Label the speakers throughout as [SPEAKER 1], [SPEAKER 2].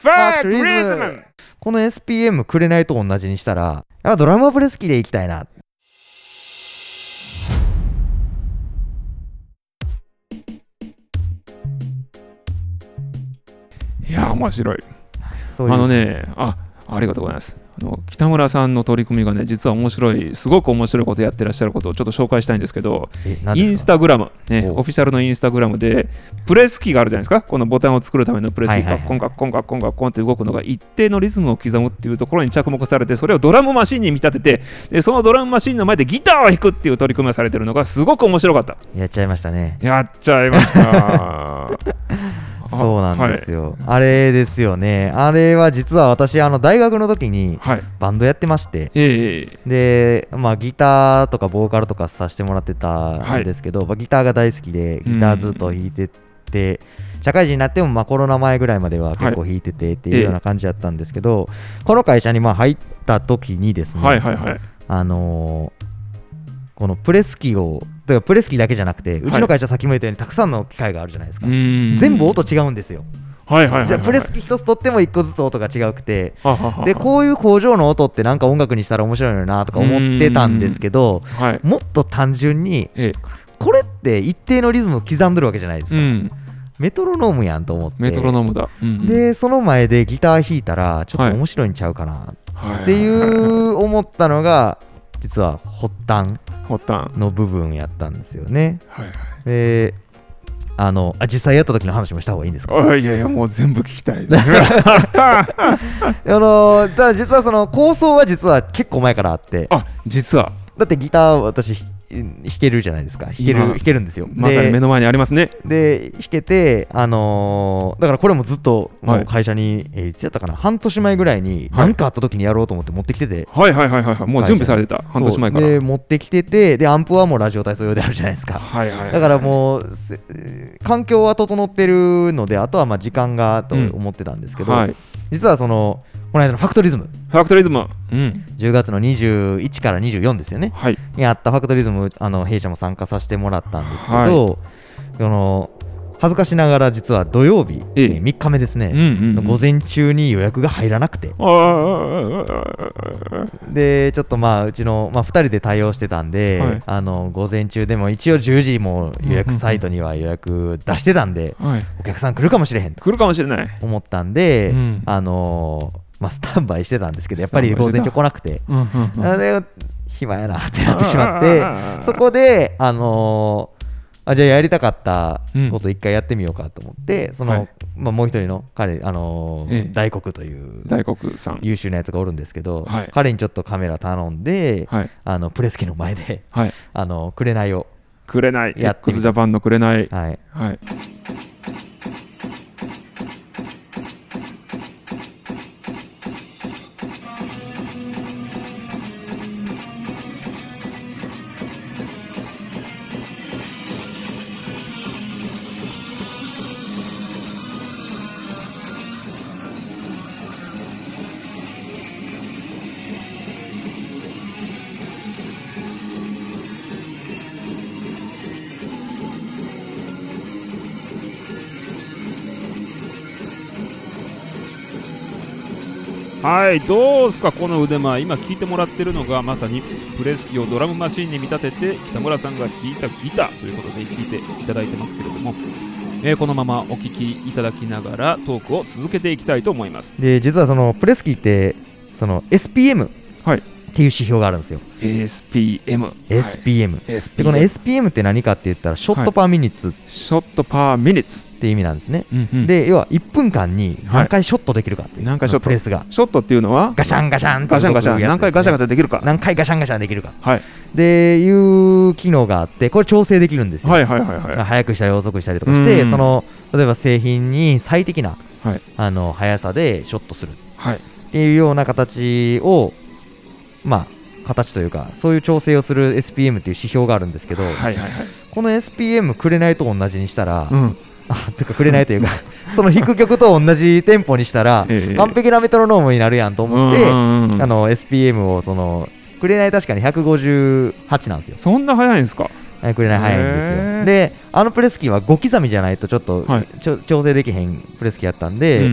[SPEAKER 1] ファクトリズム。
[SPEAKER 2] この SPM くれないと同じにしたら、ドラムはプレスキーでいきたいな。
[SPEAKER 1] いや面白い。
[SPEAKER 2] そういう
[SPEAKER 1] ありがとうございます。北村さんの取り組みがね、実は面白い、すごく面白いことやってらっしゃることをちょっと紹介したいんですけど、インスタグラム、ね、オフィシャルのインスタグラムでプレスキーがあるじゃないですか。このボタンを作るためのプレスキーがコンカッコンカッコンカッコンって動くのが一定のリズムを刻むっていうところに着目されて、それをドラムマシンに見立てて、でそのドラムマシンの前でギターを弾くっていう取り組みをされてるのがすごく面白かった。
[SPEAKER 2] やっちゃいましたね。
[SPEAKER 1] やっちゃいました
[SPEAKER 2] そうなんですよ、あれですよね。あれは実は私大学の時にバンドやってまして、で、ギターとかボーカルとかさせてもらってたんですけど、ギターが大好きでギターずっと弾いてて、社会人になってもコロナ前ぐらいまでは結構弾いててっていうような感じだったんですけど、この会社に入った時にですね、このプレス機を、だからプレス機だけじゃなくて、うちの会社さっきも言ったようにたくさんの機械があるじゃないですか。全部音違うんですよ。じゃあプレス機一つとっても一個ずつ音が違くて、でこういう工場の音ってなんか音楽にしたら面白いのよなとか思ってたんですけど、もっと単純にこれって一定のリズムを刻んでるわけじゃないですか。メトロノームやんと思って、
[SPEAKER 1] メトロノームだ、
[SPEAKER 2] でその前でギター弾いたらちょっと面白いんちゃうかなっていう思ったのが実は発端の部分やったんですよね。で実際やった時の話もした方がいいんですか？
[SPEAKER 1] いやもう全部聞きたい
[SPEAKER 2] ただ実はその構想は実は結構前からあって、
[SPEAKER 1] 実は
[SPEAKER 2] だってギター私弾けるじゃないですか。弾けるんですよ。
[SPEAKER 1] まさに目の前にありますね。
[SPEAKER 2] で弾けて、だからこれもずっともう会社に、いつやったかな、半年前ぐらいに何かあった時にやろうと思って持ってきてて、
[SPEAKER 1] もう準備されてた。半年前から
[SPEAKER 2] で持ってきてて、でアンプはもうラジオ体操用であるじゃないですか。だからもう環境は整ってるので、あとは時間がと思ってたんですけど、実はこの間のファクトリズム、10月の21から24ですよね、にあったファクトリズム、弊社も参加させてもらったんですけど、恥ずかしながら実は土曜日、3日目ですね、午前中に予約が入らなくて、でちょっとうちの、2人で対応してたんで、午前中でも一応10時も予約サイトには予約出してたんで、お客さん来るかもしれへんと思ったんで、スタンバイしてたんですけど、やっぱり午前中来なくて、暇やなってなってしまって、そこでじゃあやりたかったこと一回やってみようかと思って、もう一人の彼、大黒という
[SPEAKER 1] さん
[SPEAKER 2] 優秀なやつがおるんですけど、彼にちょっとカメラ頼んで、プレス機の前で紅をやって
[SPEAKER 1] X ジャパンの紅、どうですかこの腕前。今聴いてもらってるのがまさにプレス機をドラムマシンに見立てて北村さんが弾いたギターということで聴いていただいてますけれども、このままお聴きいただきながらトークを続けていきたいと思います。
[SPEAKER 2] で実はそのプレス機ってその SPM、っていう指標があるんですよ。
[SPEAKER 1] SPM。
[SPEAKER 2] でこの SPM って何かって言ったらショットパーミニッツ、
[SPEAKER 1] ショットパーミニッツ
[SPEAKER 2] っていう意味なんですね。で要は1分間に何回ショットできるかっていう、プレスが
[SPEAKER 1] ショットっていうのは
[SPEAKER 2] ガシャンガシャンって動くやつですね。
[SPEAKER 1] 何回ガシャガシャできるか、
[SPEAKER 2] 何回ガシャンガシャンできるかっていう機能があって、これ調整できるんですよ。速くしたり遅くしたりとかして、その例えば製品に最適な速さでショットするっていうような形を形というか、そういう調整をする SPM っていう指標があるんですけど、この SPM くれないと同じにしたら、とかくれないというかその弾く曲と同じテンポにしたら完璧なメトロノームになるやんと思って、SPM をそのくれない確かに158なんですよ。
[SPEAKER 1] そんな速いんですか？
[SPEAKER 2] くれない速いんですよ。でプレス機は5刻みじゃないとちょっと、調整できへんプレス機やったんで、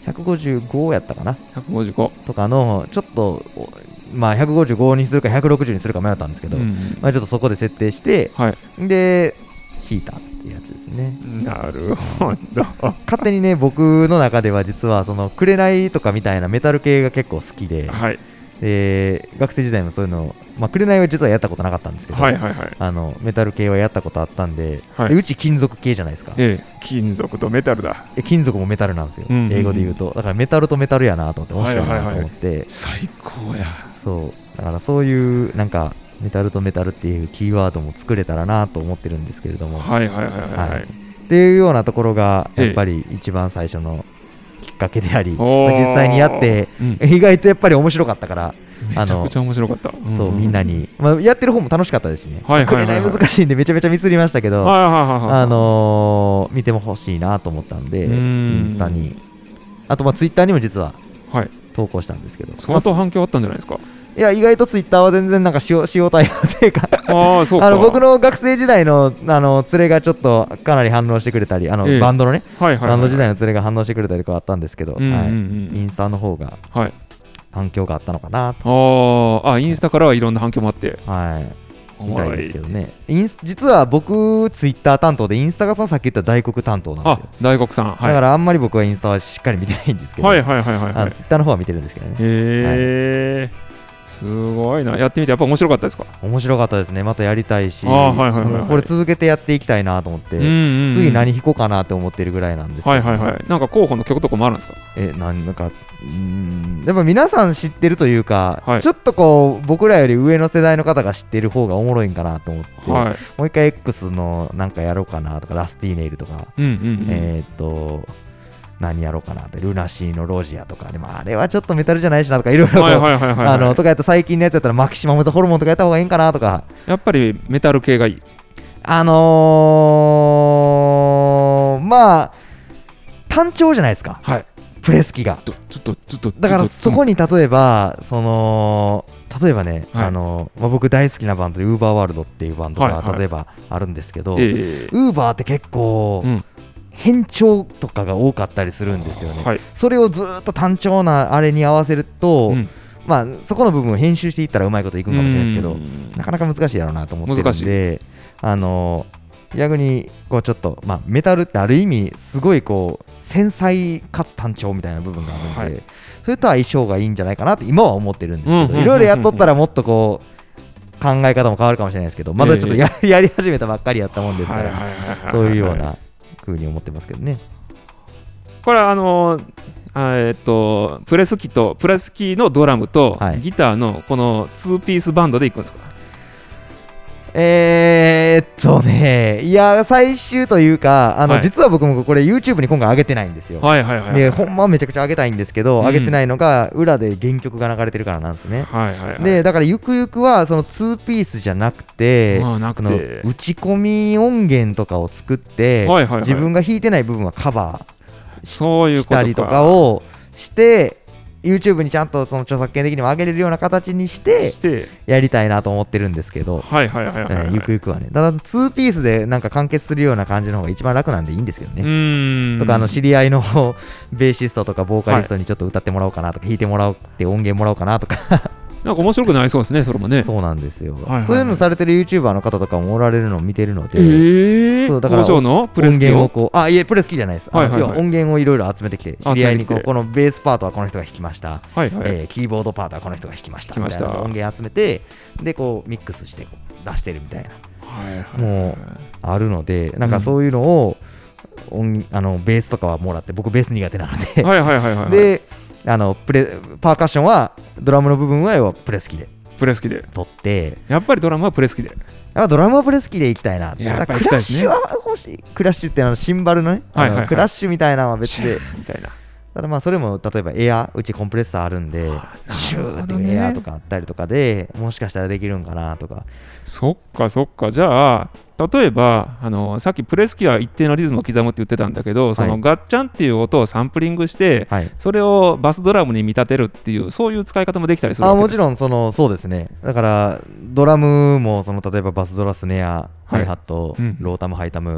[SPEAKER 2] 155やったかな、
[SPEAKER 1] 155
[SPEAKER 2] とかのちょっとまあ155にするか160にするか迷ったんですけど、まあ、ちょっとそこで設定して、で弾いたってやつですね。
[SPEAKER 1] なるほど。
[SPEAKER 2] 勝手にね、僕の中では実はその紅とかみたいなメタル系が結構好きで、学生時代もそういうの、まあ、紅は実はやったことなかったんですけど、メタル系はやったことあったんで、うち金属系じゃないですか。
[SPEAKER 1] 金属とメタルだ。
[SPEAKER 2] 金属もメタルなんですよ、英語で言うと。だからメタルとメタルやなと思って、面白いなと思って。
[SPEAKER 1] 最高や。
[SPEAKER 2] そう。だからそういうなんかメタルとメタルっていうキーワードも作れたらなと思ってるんですけれども、っていうようなところがやっぱり一番最初のきっかけであり、実際にやって、意外とやっぱり面白かったから、
[SPEAKER 1] めちゃくちゃ面白かった。
[SPEAKER 2] そう、みんなに、やってる方も楽しかったですしね。紅難しいんでめちゃめちゃミスりましたけど、見ても欲しいなと思ったんで、インスタに、あとツイッターにも実は投稿したんですけど、
[SPEAKER 1] 相当反響あったんじゃないですか。
[SPEAKER 2] いや、意外とツイッターは全然なんか使用対応というか僕の学生時代の連れがちょっとかなり反応してくれたり、バンドのね、バンド時代の連れが反応してくれたりとかあったんですけど、インスタの方が反響があったのかなと。
[SPEAKER 1] インスタからはいろんな反響もあって、
[SPEAKER 2] みたいですけどね。実は僕ツイッター担当で、インスタがさっき言った大黒担当なんですよ。
[SPEAKER 1] 大黒さん、だ
[SPEAKER 2] からあんまり僕はインスタはしっかり見てないんですけど、ツイッターの方は見てるんですけどね。
[SPEAKER 1] すごいな。やってみてやっぱ面白かったですか。
[SPEAKER 2] 面白かったですね。またやりたいし、これ続けてやっていきたいなと思って、次何弾こうかなって思ってるぐらいなんですけど、
[SPEAKER 1] なんか候補の曲とかもあるんですか。
[SPEAKER 2] なんかやっぱ皆さん知ってるというか、ちょっとこう僕らより上の世代の方が知ってる方がおもろいんかなと思って、もう一回 X のなんかやろうかなとか、ラスティーネイルとか、何やろうかなって、ルナシーのロジアとか、でもあれはちょっとメタルじゃないしなとか、いろいろとかやったら、最近のやつやったらマキシマムズホルモンとかやった方がいいんかなとか。
[SPEAKER 1] やっぱりメタル系がいい。
[SPEAKER 2] まあ単調じゃないですか、プレス機が。だからそこに例えばね、僕大好きなバンドで UVERWORLD っていうバンドが例えばあるんですけど、UVER って結構変調とかが多かったりするんですよね。それをずっと単調なあれに合わせると、まあそこの部分を編集していったらうまいこといくんかもしれないですけど、なかなか難しいやろうなと思ってるんで、逆にこうちょっと、メタルってある意味すごいこう繊細かつ単調みたいな部分があるんで、それと相性がいいんじゃないかなって今は思ってるんですけど、いろいろやっとったらもっとこう考え方も変わるかもしれないですけど、まだちょっとやり始めたばっかりやったもんですから、そういうような風に思ってますけどね。
[SPEAKER 1] これはプレス機のドラムとギターのこの2ピースバンドでいくんですか。
[SPEAKER 2] いや最終というか実は僕もこれ YouTube に今回上げてないんですよ。でほんまはめちゃくちゃ上げたいんですけど、上げてないのが裏で原曲が流れてるからなんですね。でだからゆくゆくはその2ピースじゃなくて、打ち込み音源とかを作って、自分が弾いてない部分はカバーしたりとかをして、YouTube にちゃんとその著作権的にも上げれるような形にしてやりたいなと思ってるんですけど、ゆくゆくはね。ただ2ピースでなんか完結するような感じの方が一番楽なんでいいんですよね。とか知り合いのベーシストとかボーカリストにちょっと歌ってもらおうかなとか、弾いてもらおうって音源もらおうかなとか
[SPEAKER 1] なんか面白くなりそうですね、それもね。
[SPEAKER 2] そうなんですよ。そういうのされてる YouTuber の方とかもおられるのを見てるので、
[SPEAKER 1] そうだから音
[SPEAKER 2] 源をこう、いえプレス機じゃないです。音源をいろいろ集めてきて、知り合いにこのベースパートはこの人が弾きました、キーボードパートはこの人が弾きましたみたいな音源集めて、でこうミックスして出してるみたいな、もうあるので、なんかそういうのをベースとかはもらって、僕ベース苦手なので、でパーカッションはドラムの部分は要はプレス機で取って、
[SPEAKER 1] やっぱりドラムはプレス機で、
[SPEAKER 2] ドラムはプレス機でいきたいな。
[SPEAKER 1] やっぱり
[SPEAKER 2] クラッシュは欲しい。クラッシュってシンバルのね、クラッシュみたいなのは別で、ただそれも例えばエア、うちコンプレッサーあるんで、シューってエアとかあったりとかで、もしかしたらできるんかなとか。
[SPEAKER 1] そっか。じゃあ例えばさっきプレス機は一定のリズムを刻むって言ってたんだけど、そのガッチャンっていう音をサンプリングして、それをバスドラムに見立てるっていう、そういう使い方もできたりするわけですか。
[SPEAKER 2] もちろんそうですね。だからドラムも例えばバスドラ、スネア、ハイハット、ロータム、ハイタム、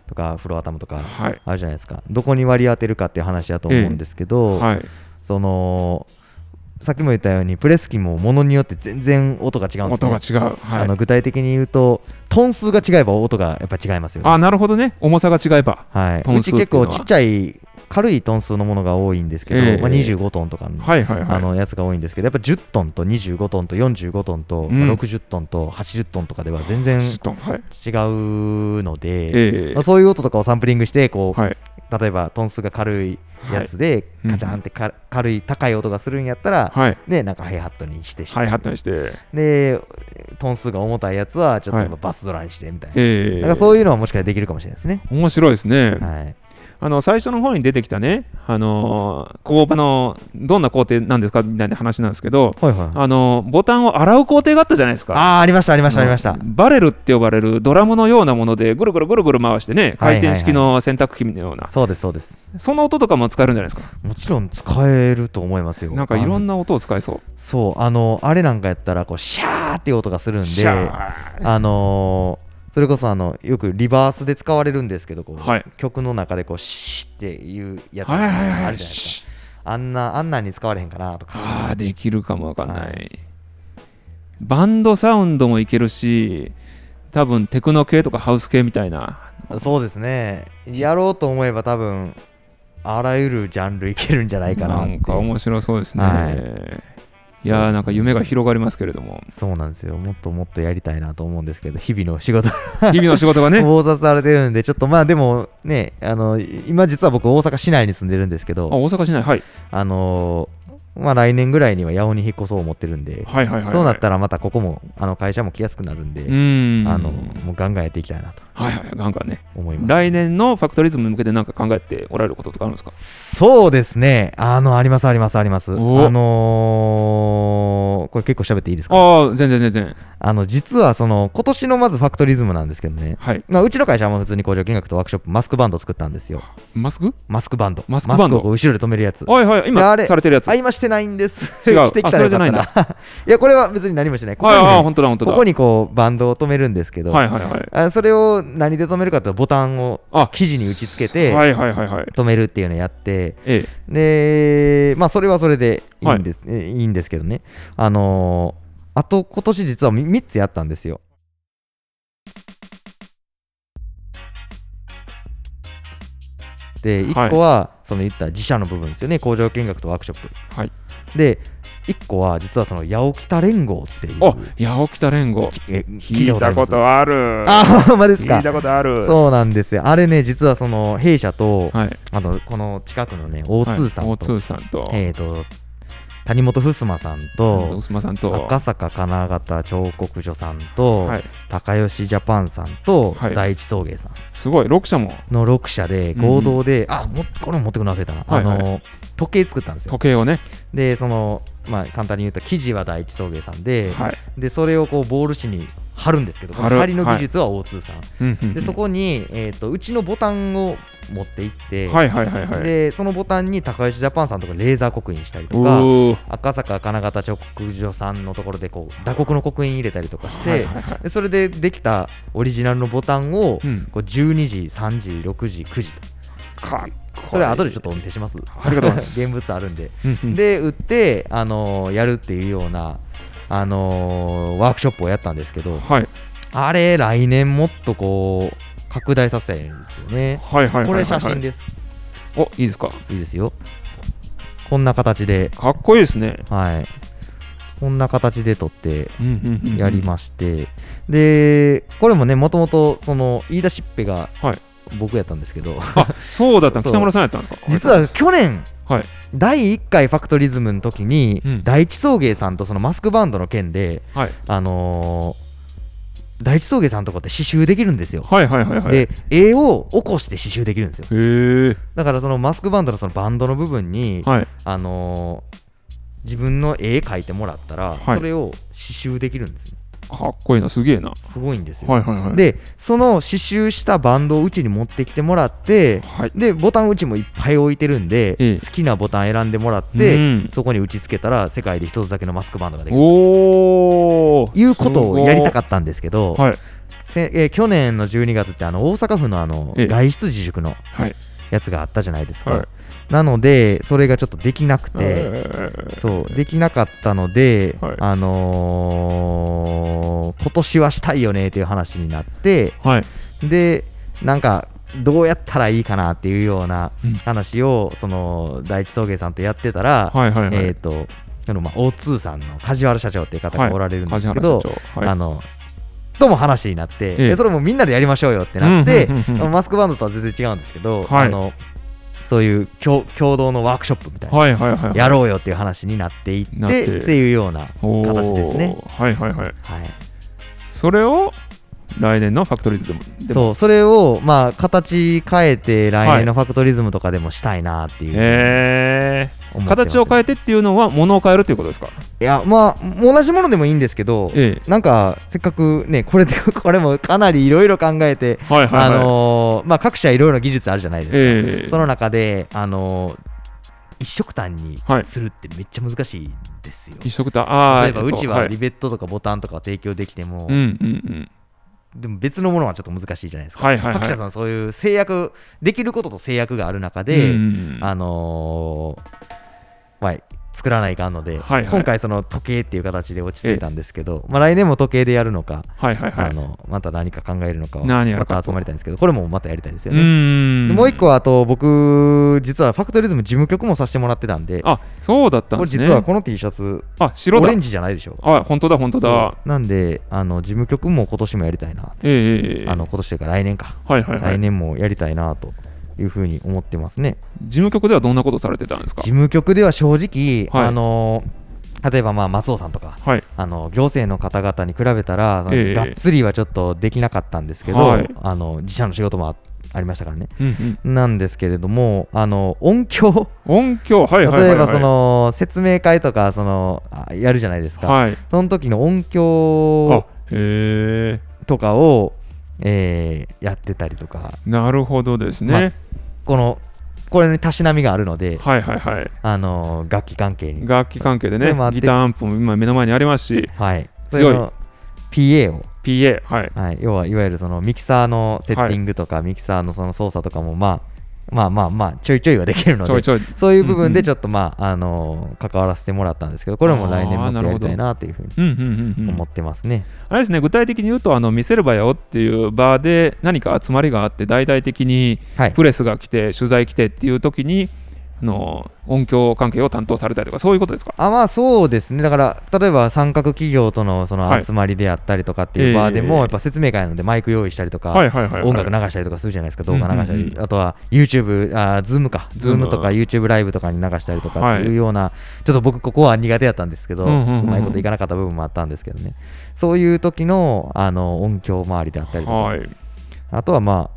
[SPEAKER 2] とかフロアタムとかあるじゃないですか、どこに割り当てるかっていう話だと思うんですけど、そのさっきも言ったようにプレス機もものによって全然音が違うんですね。
[SPEAKER 1] 音が違う、
[SPEAKER 2] 具体的に言うとトン数が違えば音がやっぱ違いますよね。
[SPEAKER 1] なるほどね、重さが違えば、
[SPEAKER 2] うち結構ちっちゃい軽いトン数のものが多いんですけど、25トンとかのやつが多いんですけど、やっぱ10トンと25トンと45トンと60トンと80トンとかでは全然違うので、そういう音とかをサンプリングしてこう、例えばトン数が軽いやつでカチャンって軽い高い音がするんやったら、でなんかハイハットにしてでトン数が重たいやつはちょっとバスドラにしてみたいな、なんかそういうのはもしかしたらできるかもしれないですね。
[SPEAKER 1] 面白いですね。最初の方に出てきたね、工場のどんな工程なんですかみたいな話なんですけど、ボタンを洗う工程があったじゃないですか。
[SPEAKER 2] ありました
[SPEAKER 1] バレルって呼ばれるドラムのようなものでぐるぐる回してね、回転式の洗濯機のような、
[SPEAKER 2] そうです
[SPEAKER 1] その音とかも使えるんじゃないですか。
[SPEAKER 2] もちろん使えると思いますよ。
[SPEAKER 1] なんかいろんな音を使えそう。
[SPEAKER 2] あれなんかやったらこうシャーっていう音がするんで、それこそよくリバースで使われるんですけど、曲の中でこうシーっていうやつあるじゃないですか。あんなに使われへんかなとか。
[SPEAKER 1] できるかもわかんない。バンドサウンドもいけるし、多分テクノ系とかハウス系みたいな。
[SPEAKER 2] そうですね。やろうと思えば多分あらゆるジャンルいけるんじゃないかな。
[SPEAKER 1] なんか面白そうですね。いやー、なんか夢が広がりますけれども。
[SPEAKER 2] そうなんですよ。もっともっとやりたいなと思うんですけど、日々の仕事
[SPEAKER 1] がね
[SPEAKER 2] 忙殺されてるんで、ちょっとでもね、今実は僕大阪市内に住んでるんですけど、
[SPEAKER 1] 大阪市内、
[SPEAKER 2] 来年ぐらいには八尾に引っ越そう思ってるんで、そうなったらまたここも会社も来やすくなるんで、もうガンガンやっていきたいなと
[SPEAKER 1] ガンガンね
[SPEAKER 2] 思います。
[SPEAKER 1] 来年のファクトリズムに向けて何か考えておられることとかあるんですか？
[SPEAKER 2] そうですね、あります。これ結構喋っていいですか？
[SPEAKER 1] 全然。
[SPEAKER 2] 実は今年のまずファクトリズムなんですけどね、うちの会社も普通に工場見学とワークショップマスクバンド作ったんですよ。
[SPEAKER 1] マスクバンド
[SPEAKER 2] マスクを後ろで止めるやつ。
[SPEAKER 1] 今されてるやつ。
[SPEAKER 2] 今してないんです。
[SPEAKER 1] 違う。
[SPEAKER 2] してきたらよかったな。いや、これは別に何もしない。ここにこうバンドを止めるんですけど、それを何で止めるかというとボタンを生地に打ち付けて止めるっていうのをやって、でそれはそれでいいんですけどね、あと今年実は3つやったんですよ。で1個は言った自社の部分ですよね、工場見学とワークショップ。で1個は実は八尾北連合っていう。
[SPEAKER 1] 八尾北連合聞いたことある。
[SPEAKER 2] ほんまですか？
[SPEAKER 1] 聞いたことある。
[SPEAKER 2] そうなんですよ。あれね、実は弊社と、この近くのね O2 さんと、谷本ふすまさんと赤坂金型彫刻所さんと、高吉ジャパンさんと、第一送迎さん、
[SPEAKER 1] すごい6社も
[SPEAKER 2] の6社で合同で、これも持ってくの忘れたな、時計作ったんですよ。
[SPEAKER 1] 時計をね。
[SPEAKER 2] で簡単に言うと生地は第一送迎さんで、でそれをこうボール紙に貼るんですけど、貼りの技術は O2 さん、でそこに、うちのボタンを持っていって、でそのボタンに高吉ジャパンさんとかレーザー刻印したりとか、赤坂金型彫刻所さんのところでこう打刻の刻印入れたりとかして、でそれでできたオリジナルのボタンを、こう12時3時6時9時とそれ後でちょっとお見せします。
[SPEAKER 1] ありがとうございます。
[SPEAKER 2] 現物あるんでで売って、やるっていうような、ワークショップをやったんですけど、あれ来年もっとこう拡大させたいんですよね。これ写真です。
[SPEAKER 1] いいですか？
[SPEAKER 2] いいですよ。こんな形で
[SPEAKER 1] かっこいいですね。
[SPEAKER 2] こんな形で撮ってやりまして、でこれもね、もともと言い出しっぺが僕やったんですけど、
[SPEAKER 1] そうだった。北村さんやったんですか？
[SPEAKER 2] 実は去年、第1回ファクトリズムの時に、第一送迎さんとそのマスクバンドの件で、第一送迎さんのとこって刺繍できるんですよ。で絵を起こして刺繍できるんですよ。だからそのマスクバンドのそのバンドの部分に、自分の絵描いてもらったら、それを刺繍できるんですね。
[SPEAKER 1] かっこいいな、すげえな。
[SPEAKER 2] すごいんですよ。でその刺繍したバンドをうちに持ってきてもらって、でボタンうちもいっぱい置いてるんで、好きなボタン選んでもらって、そこに打ち付けたら世界で一つだけのマスクバンドができるということをやりたかったんですけど、 去年の12月って大阪府の外出自粛のやつがあったじゃないですか、はい、なのでそれがちょっとできなくて、そうできなかったので、はい、今年はしたいよねっていう話になって、はい、でなんかどうやったらいいかなっていうような話を、その第一陶芸さんとやってたら、はいはいはい、O2 さんの梶原社長っていう方がおられるんですけど、とも話になって、それもみんなでやりましょうよってなって、マスクバンドとは全然違うんですけど、はい、そういう共同のワークショップみたいな、やろうよっていう話になっていってっていうような形ですね。
[SPEAKER 1] はいはいはい。それを来年のファクトリズムでも、
[SPEAKER 2] それをまあ形変えて来年のファクトリズムとかでもしたいなっていう、
[SPEAKER 1] 形を変えてっていうのは物を変えるっていうことですか？
[SPEAKER 2] いや、まあ同じものでもいいんですけど、なんかせっかくねこれもかなりいろいろ考えて、まあ各社いろいろな技術あるじゃないですか、その中で一色単にするってめっちゃ難しいですよ。
[SPEAKER 1] 一色単、
[SPEAKER 2] 例えばうちはリベットとかボタンとかを提供できても、でも別のものはちょっと難しいじゃないですか、各社さんそういう制約できることと制約がある中で、作らないかんので、今回その時計っていう形で落ち着いたんですけど、来年も時計でやるのか、また何か考えるのかはまた集まりたいんですけど、これもまたやりたいですよね。でもう一個はあと僕実はファクトリズム事務局もさせてもらってたんで、
[SPEAKER 1] そうだったんですね。
[SPEAKER 2] これ実はこの T シャツ
[SPEAKER 1] 白だ、
[SPEAKER 2] オレンジじゃないでしょ。
[SPEAKER 1] 本当だ本当だ。
[SPEAKER 2] なんで事務局も今年もやりたいな、今年というか来年か、来年もやりたいなというふうに思ってますね。
[SPEAKER 1] 事務局ではどんなことされてたんですか？
[SPEAKER 2] 事務局では正直、例えば松尾さんとか、行政の方々に比べたら、がっつりはちょっとできなかったんですけど、自社の仕事もありましたからね、なんですけれども、音響、例えばその説明会とかやるじゃないですか、その時の音響とかをやってたりとか。
[SPEAKER 1] なるほどですね。
[SPEAKER 2] これにたしなみがあるので、楽器関係に、
[SPEAKER 1] 楽器関係でね、ギターアンプも今目の前にありますし、
[SPEAKER 2] 強い PA を、要はいわゆるそのミキサーのセッティングとか、ミキサーのその操作とかもちょいちょいはできるので、そういう部分でちょっと関わらせてもらったんですけど、これも来年もっとやりたいなというふうに思ってますね。
[SPEAKER 1] あれですね、具体的に言うと見せる場よっていう場で何か集まりがあって、大々的にプレスが来て取材来てっていう時に音響関係を担当されたりとか、そういうことですか？
[SPEAKER 2] そうですね。だから例えば参画企業とのその集まりであったりとかっていう場でも、やっぱ説明会なのでマイク用意したりとか、音楽流したりとかするじゃないですか、動画流したり、あとは YouTube、Zoom とか YouTube ライブとかに流したりとかっていうような、ちょっと僕ここは苦手だったんですけど、うまいこといかなかった部分もあったんですけどね、そういう時の音響周りであったりとか、あとは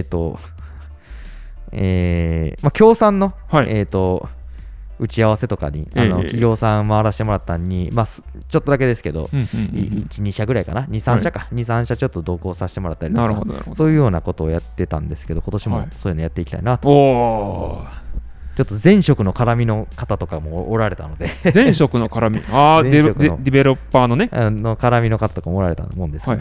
[SPEAKER 2] 協賛の、打ち合わせとかに企業さん回らせてもらったのに、ちょっとだけですけど、1、2社ぐらいかな、2、3社か、2、3社ちょっと同行させてもらったりとか、そういうようなことをやってたんですけど、今年もそういうのやっていきたいなと。ちょっと前職の絡みの方とかもおられたので
[SPEAKER 1] 前職の絡み、ディベロッパーのね、
[SPEAKER 2] 絡みの方とかもおられたもんですけど、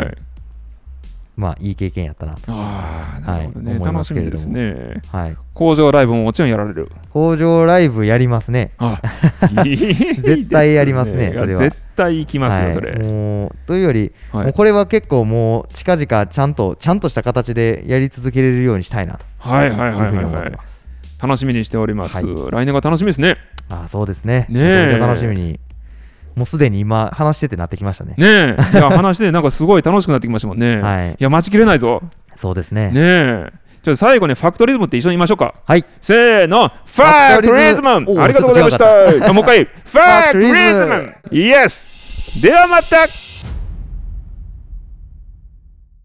[SPEAKER 2] いい経験やったなと。
[SPEAKER 1] なるほどね、楽しみですね。工場ライブももちろんやられる？
[SPEAKER 2] 工場ライブやりますね。絶対やりますね。それは
[SPEAKER 1] 絶対行きますよ、それ。
[SPEAKER 2] というより、これは結構もう近々ちゃんとした形でやり続けれるようにしたいなというふうに思ってます。
[SPEAKER 1] 楽しみにしております。来年が楽しみですね。
[SPEAKER 2] そうですね。めちゃめちゃ楽しみに。もうすでに今話しててなってきましたね。
[SPEAKER 1] いや話してなんかすごい楽しくなってきましたもんね。いや待ちきれないぞ。
[SPEAKER 2] そうですね。
[SPEAKER 1] ちょっと最後ね、ファクトリズムって一緒に言いましょうか。せーの、ファクトリズム。ありがとうございました。もう一回、ファクトリズム。イエス。ではまた。